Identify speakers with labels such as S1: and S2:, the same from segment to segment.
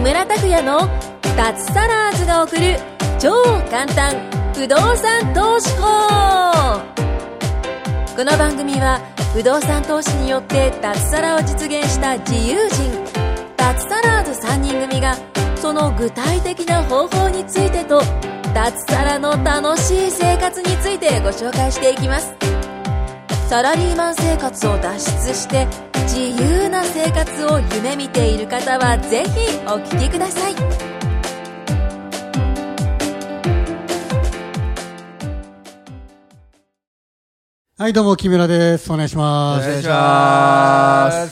S1: 村拓哉の脱サラーズが送る超簡単不動産投資法。この番組は不動産投資によって脱サラを実現した自由人脱サラーズ3人組がその具体的な方法についてと脱サラの楽しい生活についてご紹介していきます。サラリーマン生活を脱出して自由な生活を夢見ている方はぜひお聞きください。
S2: はい、どうも木村です。お願いします。
S3: お願いします。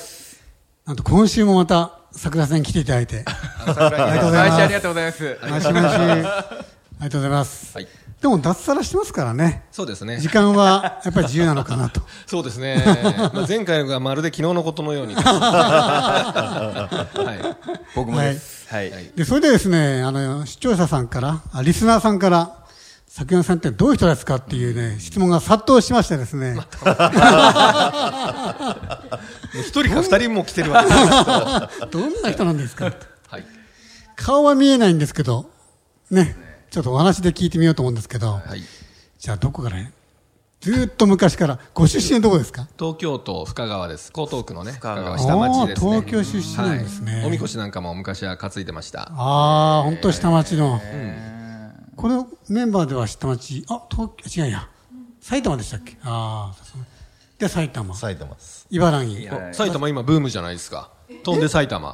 S2: なんと今週もまた桜さんに来ていただいて
S3: ありがとうございます。ありがとうございます。
S2: ありがとうございます。はい、でも脱サラしてますからね。
S4: そうですね。
S2: 時間はやっぱり自由なのかなと。
S4: そうですね。まあ、前回がまるで昨日のことのように。はい。
S3: 僕もです。はい。
S2: で、それでですね、視聴者さんから、リスナーさんから、桜井さんってどういう人ですかっていうね、質問が殺到しましてですね。
S4: 一人か二人も来てるわけですけ
S2: ど。どんな人なんですか、
S4: はい、
S2: 顔は見えないんですけど、ね、ちょっとお話で聞いてみようと思うんですけど、はい、じゃあどこからね、ずーっと昔から、ご出身はどこですか？
S4: 東京都深川です。江東区のね、深川下町ですね。
S2: 東京出身なんですね。
S4: はい、おみこしなんかも昔は担いでました。
S2: ああ、本当下町の。このメンバーでは下町、違うや。埼玉でしたっけ？ああ、で、埼玉です。茨城。
S4: 埼玉今ブームじゃないですか。飛んで埼玉。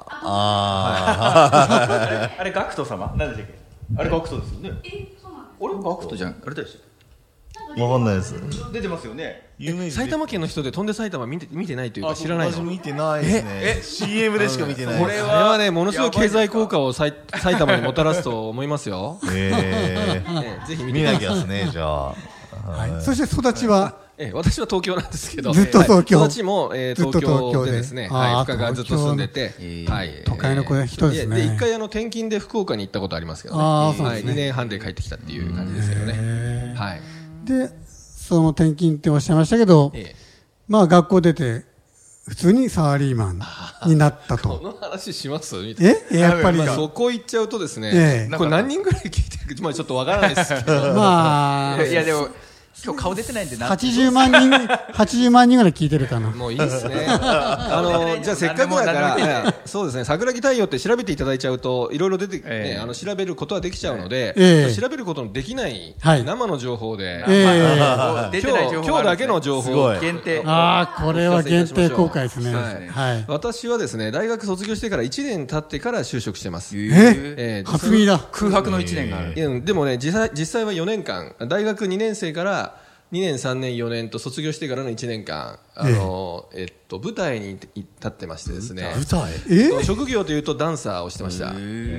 S3: あれガクト様何でしたっけ？あれガクトですよね。あれガクトじゃん。あれだよ。
S5: わかんないです。
S3: 出てますよね。
S4: 埼玉県の人で飛んで埼玉見てないというか知らないの？
S5: 私見てないですね。CM でしか見てない。
S4: これはね、ものすごい経済効果を埼玉にもたらすと思いますよ。
S5: ぜひ見なきゃですね、じゃあ。
S2: はい。そして育ちは
S4: 私は東京なんですけど、
S2: ずっと東京。
S4: 育ちも東京でですね、はい、深川ずっと住んでて、はい、
S2: 都会の人ですね。
S4: で、一回転勤で福岡に行ったことありますけどね。はい、2年半で帰ってきたっていう感じですけどね。はい。
S2: で、その転勤っておっしゃいましたけど、まあ学校出て普通にサラリーマンになったと。
S4: この話します？
S2: やっぱり
S4: そこ行っちゃうとですね、これ何人ぐらい聞いてるか、まあちょっとわからないですけど、
S3: まあいやでも今日顔出てないんでな。
S2: 80万人ぐらい聞いてるかな。
S4: もういいですね。じゃあせっかくだから、そうですね、桜木太陽って調べていただいちゃうといろいろ出て、調べることはできちゃうので、調べることのできない生の情報で、今日だけの情報
S3: 限定。
S2: これは限定公開ですね。
S4: 私はですね、大学卒業してから1年経ってから就職してます。
S2: 初耳だ。
S3: 空白の1年がある。
S4: でもね、実際は4年間、大学2年生から2年3年4年と卒業してからの1年間舞台に立ってましてですね、職業というとダンサーをしてました。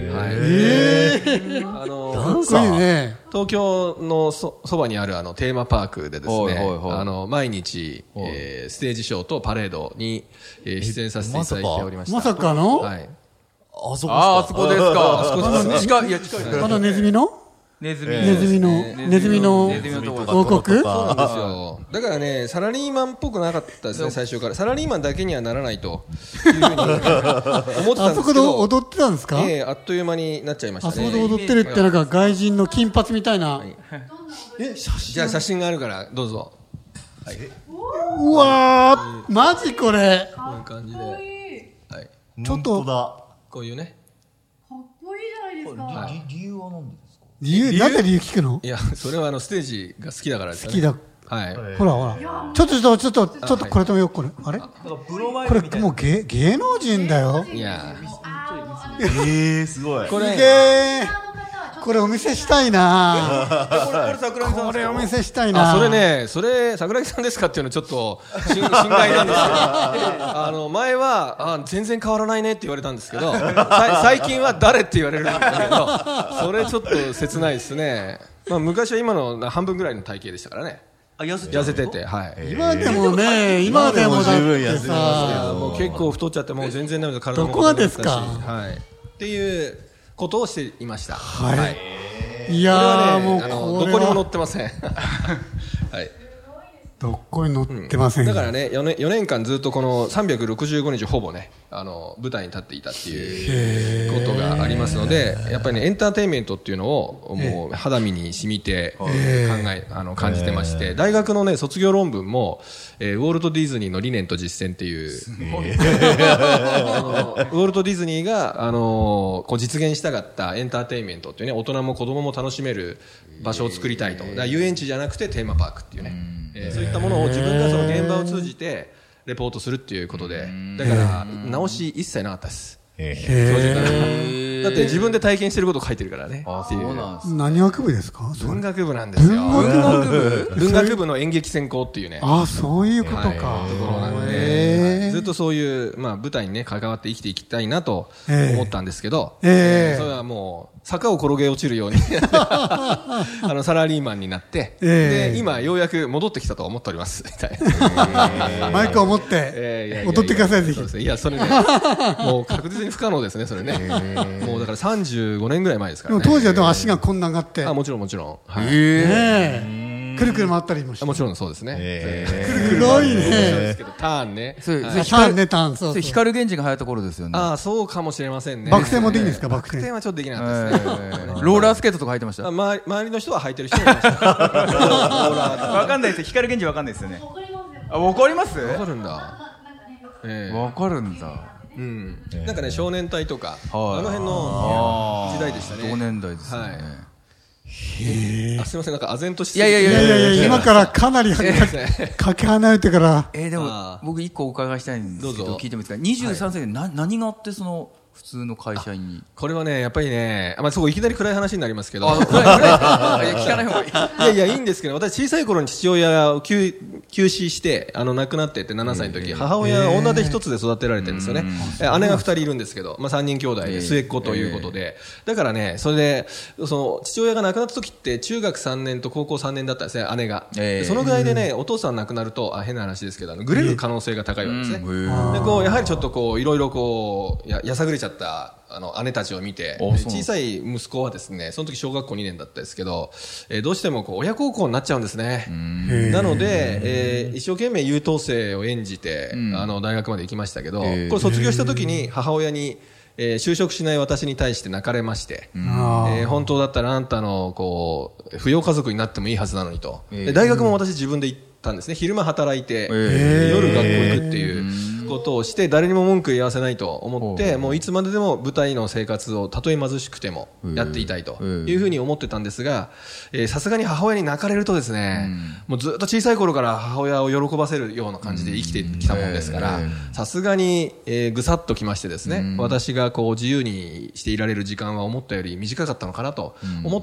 S4: 東京のそばにあるテーマパークでですね、毎日ステージショーとパレードに出演させていただいておりました。
S2: まさかの？
S4: はい。
S3: あそこですか。近い。
S2: ネズミの
S3: ネズミ
S2: の王国？
S4: そうなんですよ。だからね、サラリーマンっぽくなかったですね、最初から。サラリーマンだけにはならないというふうに思ってたんですけど。
S2: あそこで踊ってたんですか？
S4: あっという間になっちゃいましたね。
S2: あそこで踊ってるってなんか外人の金髪みたいな。
S4: じゃあ写真があるからどうぞ。
S2: うわー、マジこれ。
S4: こういう感じで。はい。
S2: ちょっと
S4: こういうね。
S6: かっこいいじゃないですか。
S5: 理由は何でですか？
S2: なんで理由聞くの？
S4: いや、それはステージが好きだからですね。
S2: 好きだ。
S4: はい。
S2: ほら。ちょっとこれともよ、これ。あれ？これもう芸能人だよ。
S4: いや。
S5: すごい。
S2: これお見せしたいな。これお見せしたいな。
S4: それ桜木さんですかっていうのちょっと心外なんですよ。前は全然変わらないねって言われたんですけど、最近は誰って言われるんだけど、それちょっと切ないですね。まあ昔は今の半分ぐらいの体型でしたからね。痩せてて、はい。
S2: 今でもだってさ、
S4: もう結構太っちゃってもう全然ダメです。体も
S2: どこがですか？
S4: はい。っていうことをしていました。
S2: はい。いやーもう
S4: どこにも載ってません。はい。
S2: どこに載ってません。
S4: だからね、4年間ずっとこの365日ほぼね、 舞台に立っていたっていうことがありますので、やっぱりねエンターテインメントっていうのをもう肌身に染みて感じてまして、大学のね卒業論文も、ウォルト・ディズニーの理念と実践っていうウォルト・ディズニーがこう実現したかったエンターテインメントっていうね、大人も子供も楽しめる場所を作りたいと。だから遊園地じゃなくてテーマパークっていうね、そういったものを自分がその現場を通じてレポートするっていうことで、だから直し一切なかったです。教授からだって自分で体験してることを書いてるからね。
S2: 何学部ですか？
S4: 文学部なんですよ。文学部の演劇専攻っていうね。
S2: そういうことか。
S4: ところなんで、ずっとそういう舞台にね関わって生きていきたいなと思ったんですけど、それはもう坂を転げ落ちるようにサラリーマンになって、で今ようやく戻ってきたと思っておりますみたいな。
S2: マイクを持って踊ってくださいぜひ。
S4: いやそれねもう確実に不可能ですねそれね。もうだから35年ぐらい前ですからね。
S2: でも当時はでも足がこんなになって。
S4: もちろんもちろん。
S2: くるくる回ったりもして。
S4: もちろんそうですね。
S2: すごいね。
S4: ターンね。
S2: ターン。そう。
S7: 光源氏が流行った頃ですよね。
S4: そうかもしれませんね。
S2: バク転もできるんですか？バク
S4: 転はちょっとできなかったですね。
S7: ローラースケートとか履いてました。
S4: 周りの人は履いてる人もいました。
S3: わかんないです。光源氏わかんないですよね。わかります？
S4: わかるんだ。
S7: わかるんだ。
S4: なんかね少年隊とかあの辺の時代でしたね。
S7: 同年代ですね。
S4: すみませんなんか唖然として。
S2: いや今からかなりかけ離れてから。
S7: でも僕一個お伺いしたいんですけど聞いてもいいですか？23歳で何があってその普通の会社員に。
S4: これはねやっぱりねそこいきなり暗い話になりますけど。
S7: 聞かない方がいい。
S4: いやいいんですけど、私小さい頃に父親を急死して亡くなってって7歳の時、母親は女手一つで育てられてるんですよね。姉が2人いるんですけど、3人兄弟で末っ子ということで、だからねそれでその父親が亡くなった時って中学3年と高校3年だったんですね姉が。そのぐらいでねお父さん亡くなると変な話ですけどグレる可能性が高いわけですね。でこうやはりちょっとこういろいろこうやさぐれちゃった姉たちを見て、小さい息子はですねその時小学校2年だったですけど、どうしてもこう親孝行になっちゃうんですね。なので、一生懸命優等生を演じて、大学まで行きましたけど、これ卒業した時に母親に就職しない私に対して泣かれまして、本当だったらあんたのこう扶養家族になってもいいはずなのにと。大学も私自分で行ったんですね。昼間働いて、夜学校行くっていうことをして誰にも文句言わせないと思って、もういつまででも舞台の生活をたとえ貧しくてもやっていたいというふうに思ってたんですが、さすがに母親に泣かれるとですね、もうずっと小さい頃から母親を喜ばせるような感じで生きてきたもんですから、さすがにぐさっときましてですね、私がこう自由にしていられる時間は思ったより短かったのかなと思って、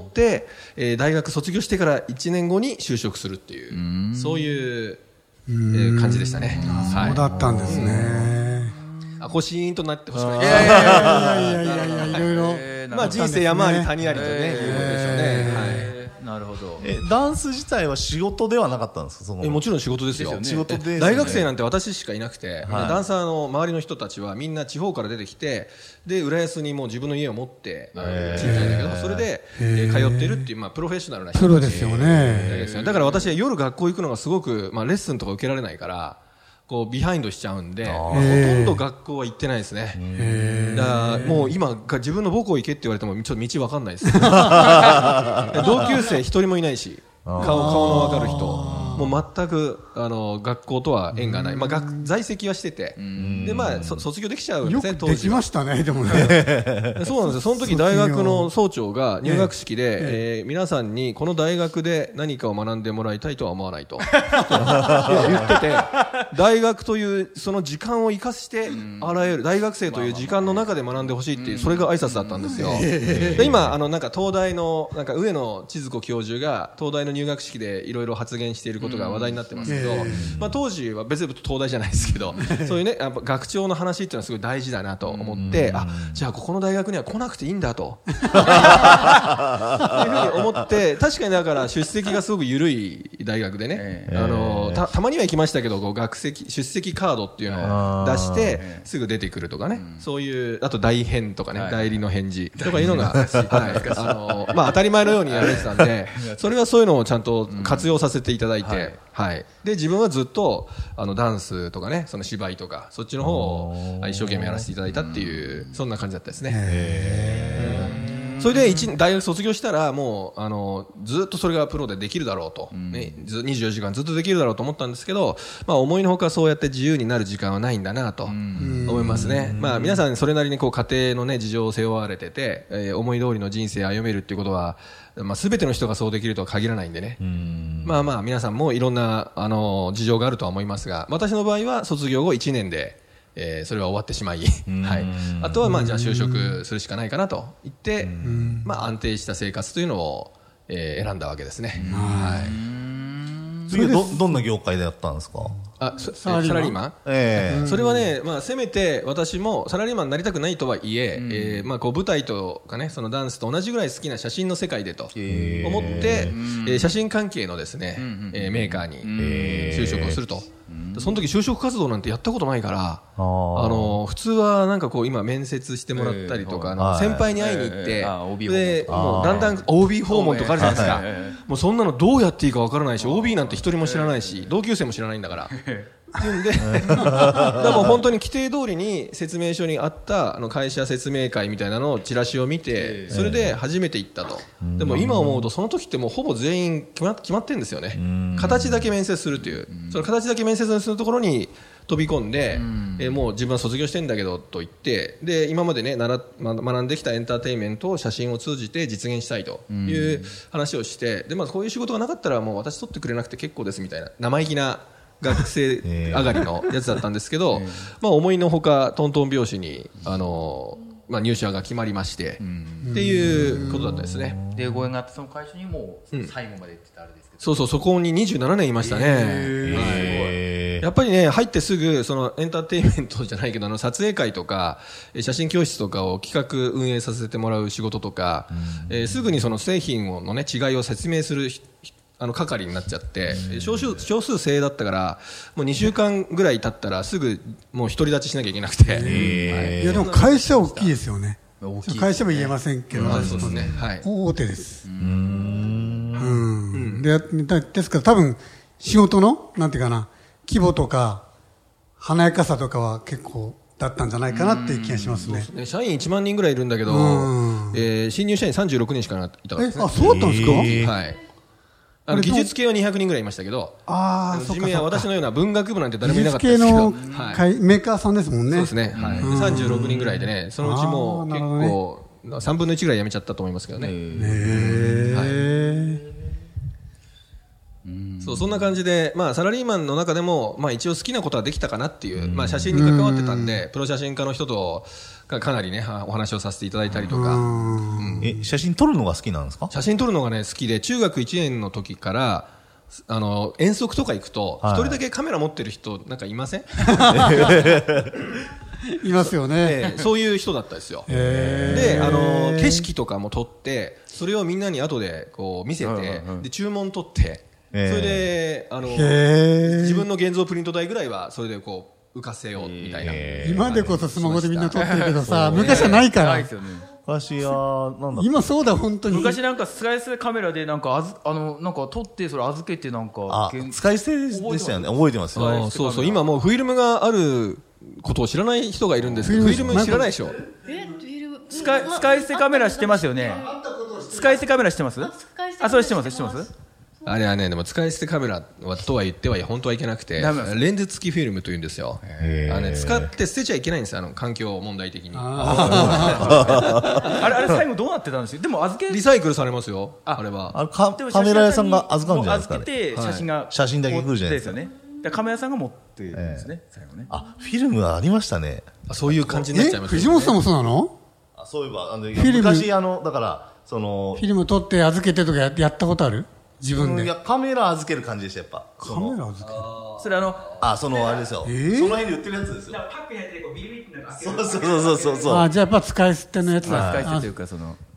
S4: 大学卒業してから1年後に就職するっていう、そういう感じでしたね。
S2: そうだったんですね。
S4: こうシーンとなってほしくない。
S2: いやいろいろ。
S4: 人生山あり谷ありとねいうことでしょうね。
S7: なるほど。
S5: ダンス自体は仕事ではなかったんですか？
S4: もちろん仕事ですよ。
S5: 仕事で
S4: 大学生なんて私しかいなくて、ダンサーの周りの人たちはみんな地方から出てきて、で浦安にもう自分の家を持って賃貸だけどそれで通ってるっていうプロフェッショナルな人たち。
S2: プロですよね。
S4: だから私は夜学校行くのがすごくレッスンとか受けられないから。こうビハインドしちゃうんで、ほとんど学校は行ってないですね。だからもう今自分の母校行けって言われてもちょっと道わかんないです。同級生一人もいないし、顔のわかる人。もう全く学校とは縁がない。在籍はしてて、で卒業できちゃうんですね。
S2: よくできましたね。でもね。
S4: そうなんですよ。その時大学の総長が入学式で、皆さんにこの大学で何かを学んでもらいたいとは思わないと言ってて、大学というその時間を生かしてあらゆる大学生という時間の中で学んでほしいっていうそれが挨拶だったんですよ。で今なんか東大のなんか上野千鶴子教授が東大の入学式でいろいろ発言していることが話題になってますけど、当時は別に東大じゃないですけどそういうねやっぱ学長の話っていうのはすごい大事だなと思って、じゃあここの大学には来なくていいんだというふうに思って、確かにだから出席がすごく緩い大学でね、たまには行きましたけど、こう出席カードっていうのを出してすぐ出てくるとかね、そういうあと代返とかね、代理の返事とかいうのが、まあ当たり前のようにやられてたんで、それはそういうのをちゃんと活用させていただいて、で自分はずっとダンスとかね、その芝居とかそっちの方を一生懸命やらせていただいたっていう、そんな感じだったですね。それで大学卒業したらもうずっとそれがプロでできるだろうと、24時間ずっとできるだろうと思ったんですけど、まあ、思いのほかそうやって自由になる時間はないんだなと思いますね。まあ、皆さんそれなりにこう家庭の、ね、事情を背負われてて、思い通りの人生を歩めるっていうことは、まあ、全ての人がそうできるとは限らないんでね、まあまあ皆さんもいろんな事情があるとは思いますが、私の場合は卒業後1年でそれは終わってしまい、あとはまあじゃあ就職するしかないかなと言って、まあ、安定した生活というのを、選んだわけですね。
S5: 次はどんな業界でやったんですか？
S4: サラリーマン、それはね、まあ、せめて私もサラリーマンになりたくないとはいえ、まあ、こう舞台とかね、そのダンスと同じぐらい好きな写真の世界でと思って、写真関係のですね、メーカーに就職をすると。その時就職活動なんてやったことないから、普通はなんかこう今面接してもらったりとか、先輩に会いに行って、でもうだんだん OB 訪問とかあるじゃないですか。もうそんなのどうやっていいかわからないし、 OB なんて一人も知らないし、同級生も知らないんだからっていうんでだからもう本当に規定通りに説明書にあった会社説明会みたいなのをチラシを見て、それで初めて行ったと。でも今思うとその時ってもうほぼ全員決まってるんですよね。形だけ面接するという、その形だけ面接するところに飛び込んで、もう自分は卒業してんだけどと言って、で今までね学んできたエンターテインメントを写真を通じて実現したいという話をして、で、まあ、こういう仕事がなかったらもう私取ってくれなくて結構ですみたいな生意気な学生上がりのやつだったんですけど、まあ、思いのほかトントン拍子にまあ、入社が決まりましてっていうことだったですね。
S7: でご縁があってその会社にも最後までって言ったらあれですけど、
S4: そうそこに27年いましたね。やっぱりね、入ってすぐそのエンターテインメントじゃないけど撮影会とか写真教室とかを企画運営させてもらう仕事とか、すぐにその製品の、ね、違いを説明する係になっちゃって、少数精鋭だったからもう2週間ぐらい経ったらすぐもう独り立ちしなきゃいけなくて、
S2: いやでも会社大きいですよね。会社も言えませんけど、
S4: そうですね、
S2: 大手です。ですから多分仕事のなんていうかな、規模とか華やかさとかは結構だったんじゃないかなっていう気がしますね。
S4: 社員1万人ぐらいいるんだけど、新入社員36人しかいたからですね。
S2: そうだったんですか？
S4: はい。技術系は200人ぐらいいましたけど、事務や私のような文学部なんて誰もいなかったですけど、
S2: 技術系のメーカーさんですもんね。
S4: そうですね、36人ぐらいでね、そのうちも結構3分の1ぐらい辞めちゃったと思いますけどね。そんな感じで、まあ、サラリーマンの中でも、まあ、一応好きなことはできたかなっていう、まあ、写真に関わってたんで、プロ写真家の人とかなりねお話をさせていただいたりとか。
S5: 写真撮るのが好きなんですか？
S4: 写真撮るのがね好きで、中学1年の時から遠足とか行くと一人だけカメラ持ってる人なんかいません？
S2: いますよね。
S4: そういう人だったですよ。で景色とかも撮って、それをみんなに後でこう見せて、で注文取って、それで自分の現像プリント代ぐらいはそれでこう浮かせようみたいな。
S2: 今でこそスマホでみんな撮ってるけどさ、昔はないから。
S5: 昔はなんだ
S2: 今そうだ本当に。
S7: 昔なんか使い捨てカメラでなんかなんか撮ってそれ預けてなんか
S5: 使い捨てでしたよね。覚えてますよ。
S4: そう今もうフィルムがあることを知らない人がいるんですけど、フィルム知らないでしょ？
S7: 使い捨てカメラ知ってますよね。使い捨てカメラ知ってます？それ知ってます？
S4: あれはね、でも使い捨てカメラとは言っては本当はいけなくて、レンズ付きフィルムというんですよ。使って捨てちゃいけないんですよ、環境問題的に。
S7: あれ最後どうなってたんですよ。でも
S4: リサイクルされますよ。あれは
S5: カメラ屋さんが預かるんじゃないですかね。
S7: 預けて
S5: 写真だけ来るじゃないですか。
S7: カメラ屋さんが持ってるんですね。最後ね。
S5: フィルムはありましたね。
S4: そういう感じになっちゃいますね。
S2: 藤本さんもそうなの？
S5: そういえば昔だからその
S2: フィルム撮って預けてとかやったことある？自分で。
S5: いやカメラ預ける感じでした。やっぱ
S2: カメラ預ける。
S7: それ
S5: あれですよ。その辺で売ってるやつですよ。
S6: パックに入ってこうビリビリってなんか
S5: そう。
S2: じゃあやっぱ使い捨てのやつだ。
S7: 使い捨てというか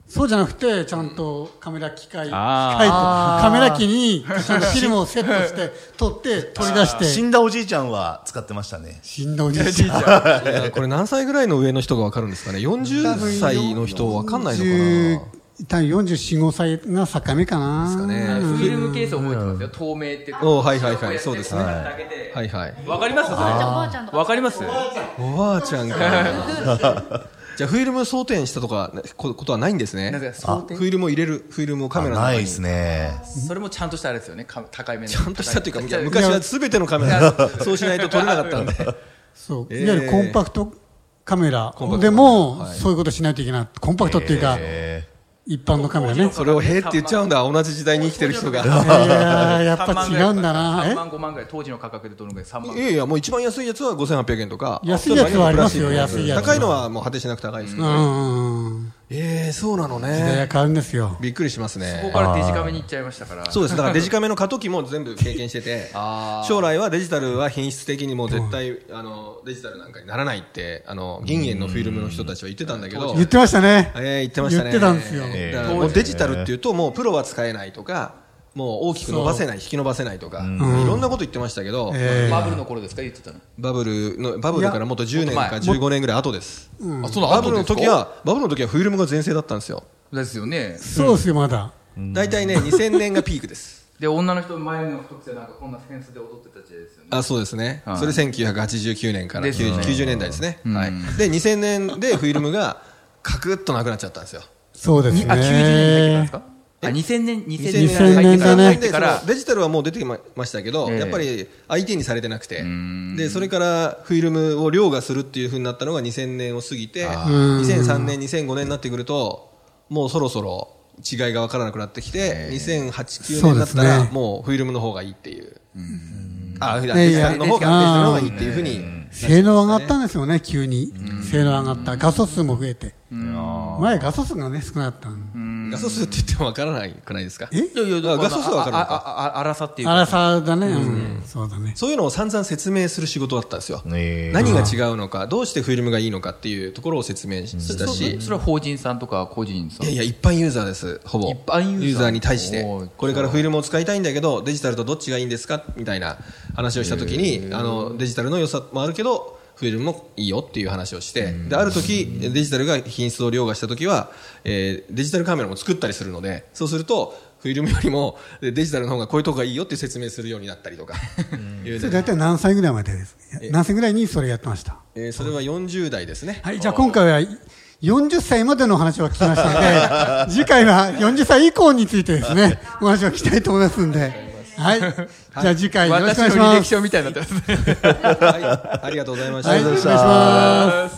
S2: そうじゃなくてちゃんとカメラ機械とカメラ機にちゃんとフィルムをセットして撮って取り出して。
S5: 死んだおじいちゃんは使ってましたね。
S2: 死んだおじいちゃん
S4: これ何歳ぐらいの上の人が分かるんですかね。40歳の人分かんないのかな。
S2: 多分44、5歳が境目かな。
S7: ですかね。フィルムケース覚えてますよ。透明って。
S4: はいはいはい、そうですね。はいはい。
S7: わかります？わかります？
S4: おばあちゃんか。じゃあフィルム装填したとかことはないんですね。フィルムを入れる、フィルムをカメラの中に。
S5: ないですね。
S7: それもちゃんとしたあれですよね。高いめの。
S4: ちゃんとしたっていうか、昔は全てのカメラそうしないと撮れなかったんで。
S2: そう。いわゆるコンパクトカメラでもそういうことしないといけない。コンパクトっていうか。一般のカメラね。
S4: それをへーって言っちゃうんだ。同じ時代に生きてる人が。
S2: やっぱ違うんだな。
S7: 3万5万ぐらい、当時の価格でどのぐらい3万。
S4: いやもう一番安いやつは5800円とか。
S2: 安いやつはありますよ、安いやつ。
S4: 高いのはもう果てしなく高いですけど。そうなのね。
S2: 時代が変わるんですよ。
S4: びっくりしますね。
S7: そこからデジカメに行っちゃいましたから。
S4: そうです。だからデジカメの過渡期も全部経験してて、将来はデジタルは品質的にもう絶対デジタルなんかにならないって銀塩のフィルムの人たちは言ってたんだけど。
S2: 言ってましたね。
S4: 言ってましたね。
S2: 言ってたんですよ。
S4: もうデジタルっていうともうプロは使えないとか、もう大きく伸ばせない、引き伸ばせないとか、いろんなこと言ってましたけど、
S7: バブルの頃ですか、言ってたの。
S4: バブルからもっと10年か15年ぐらい後です。バブルの時はフィルムが全盛だったんですよ。
S7: ですよね。
S2: そうですよ、まだ。
S4: 大体ね、2000年がピークです。
S7: で、女の人前の太くてなんかこんなフェンスで踊ってた時代ですよね。
S4: そうですね。それ1989年から90年代ですね。で、2000年でフィルムがカクッとなくなっちゃったんですよ。
S2: そうですね。
S7: 90年に入ってたんですか？2000年
S2: 入
S4: ってからデジタルはもう出てきましたけど、やっぱり相手にされてなくて、でそれからフィルムを凌駕するっていう風になったのが2000年を過ぎて、2003年2005年になってくるともうそろそろ違いが分からなくなってきて、2008、9年になったらもうフィルムの方がいいっていう、デジタルの方がいいっていう風に
S2: 性能上がったんですよね、急に。性能上がった。画素数も増えて。前画素数がね、少なかった。
S4: 画素数って言ってもわからないくないですか？
S7: いや
S4: 画素数はわかるのか。
S7: 粗さっていうか。
S2: 粗さだね。そうだね。
S4: そういうのを散々説明する仕事だったんですよ。何が違うのか、どうしてフィルムがいいのかっていうところを説明したし。
S7: それは法人さんとか個人さん？
S4: いや、一般ユーザーです、ほぼ。一般ユーザーに対して、これからフィルムを使いたいんだけど、デジタルとどっちがいいんですかみたいな話をしたときに、デジタルの良さもあるけど、フィルムもいいよっていう話をして、である時デジタルが品質を凌駕した時は、デジタルカメラも作ったりするので、そうするとフィルムよりもデジタルの方がこういうとこがいいよって説明するようになったりとか
S2: それ大体何歳ぐらいまでですか？何歳ぐらいにそれやってました？
S4: それは40代ですね。
S2: はい、じゃあ今回は40歳までの話を聞きましたので次回は40歳以降についてですねお話を聞きたいと思いますので、はい、じゃあ次回よろしくお願いします。
S7: 私の履歴書みたいになってますね。
S4: はい、ありがとうございました。
S2: はい、お願いします。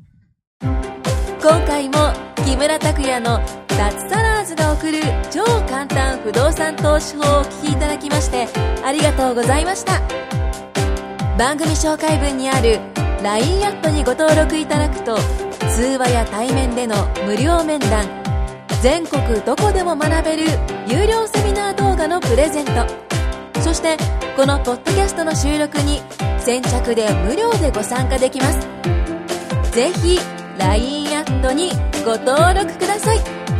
S1: 今回も木村拓哉の脱サラーズが送る超簡単不動産投資法をお聞きいただきましてありがとうございました。番組紹介文にある LINE アットにご登録いただくと通話や対面での無料面談、全国どこでも学べる有料セミナー動画のプレゼント、そしてこのポッドキャストの収録に先着で無料でご参加できます。ぜひ LINE アットにご登録ください。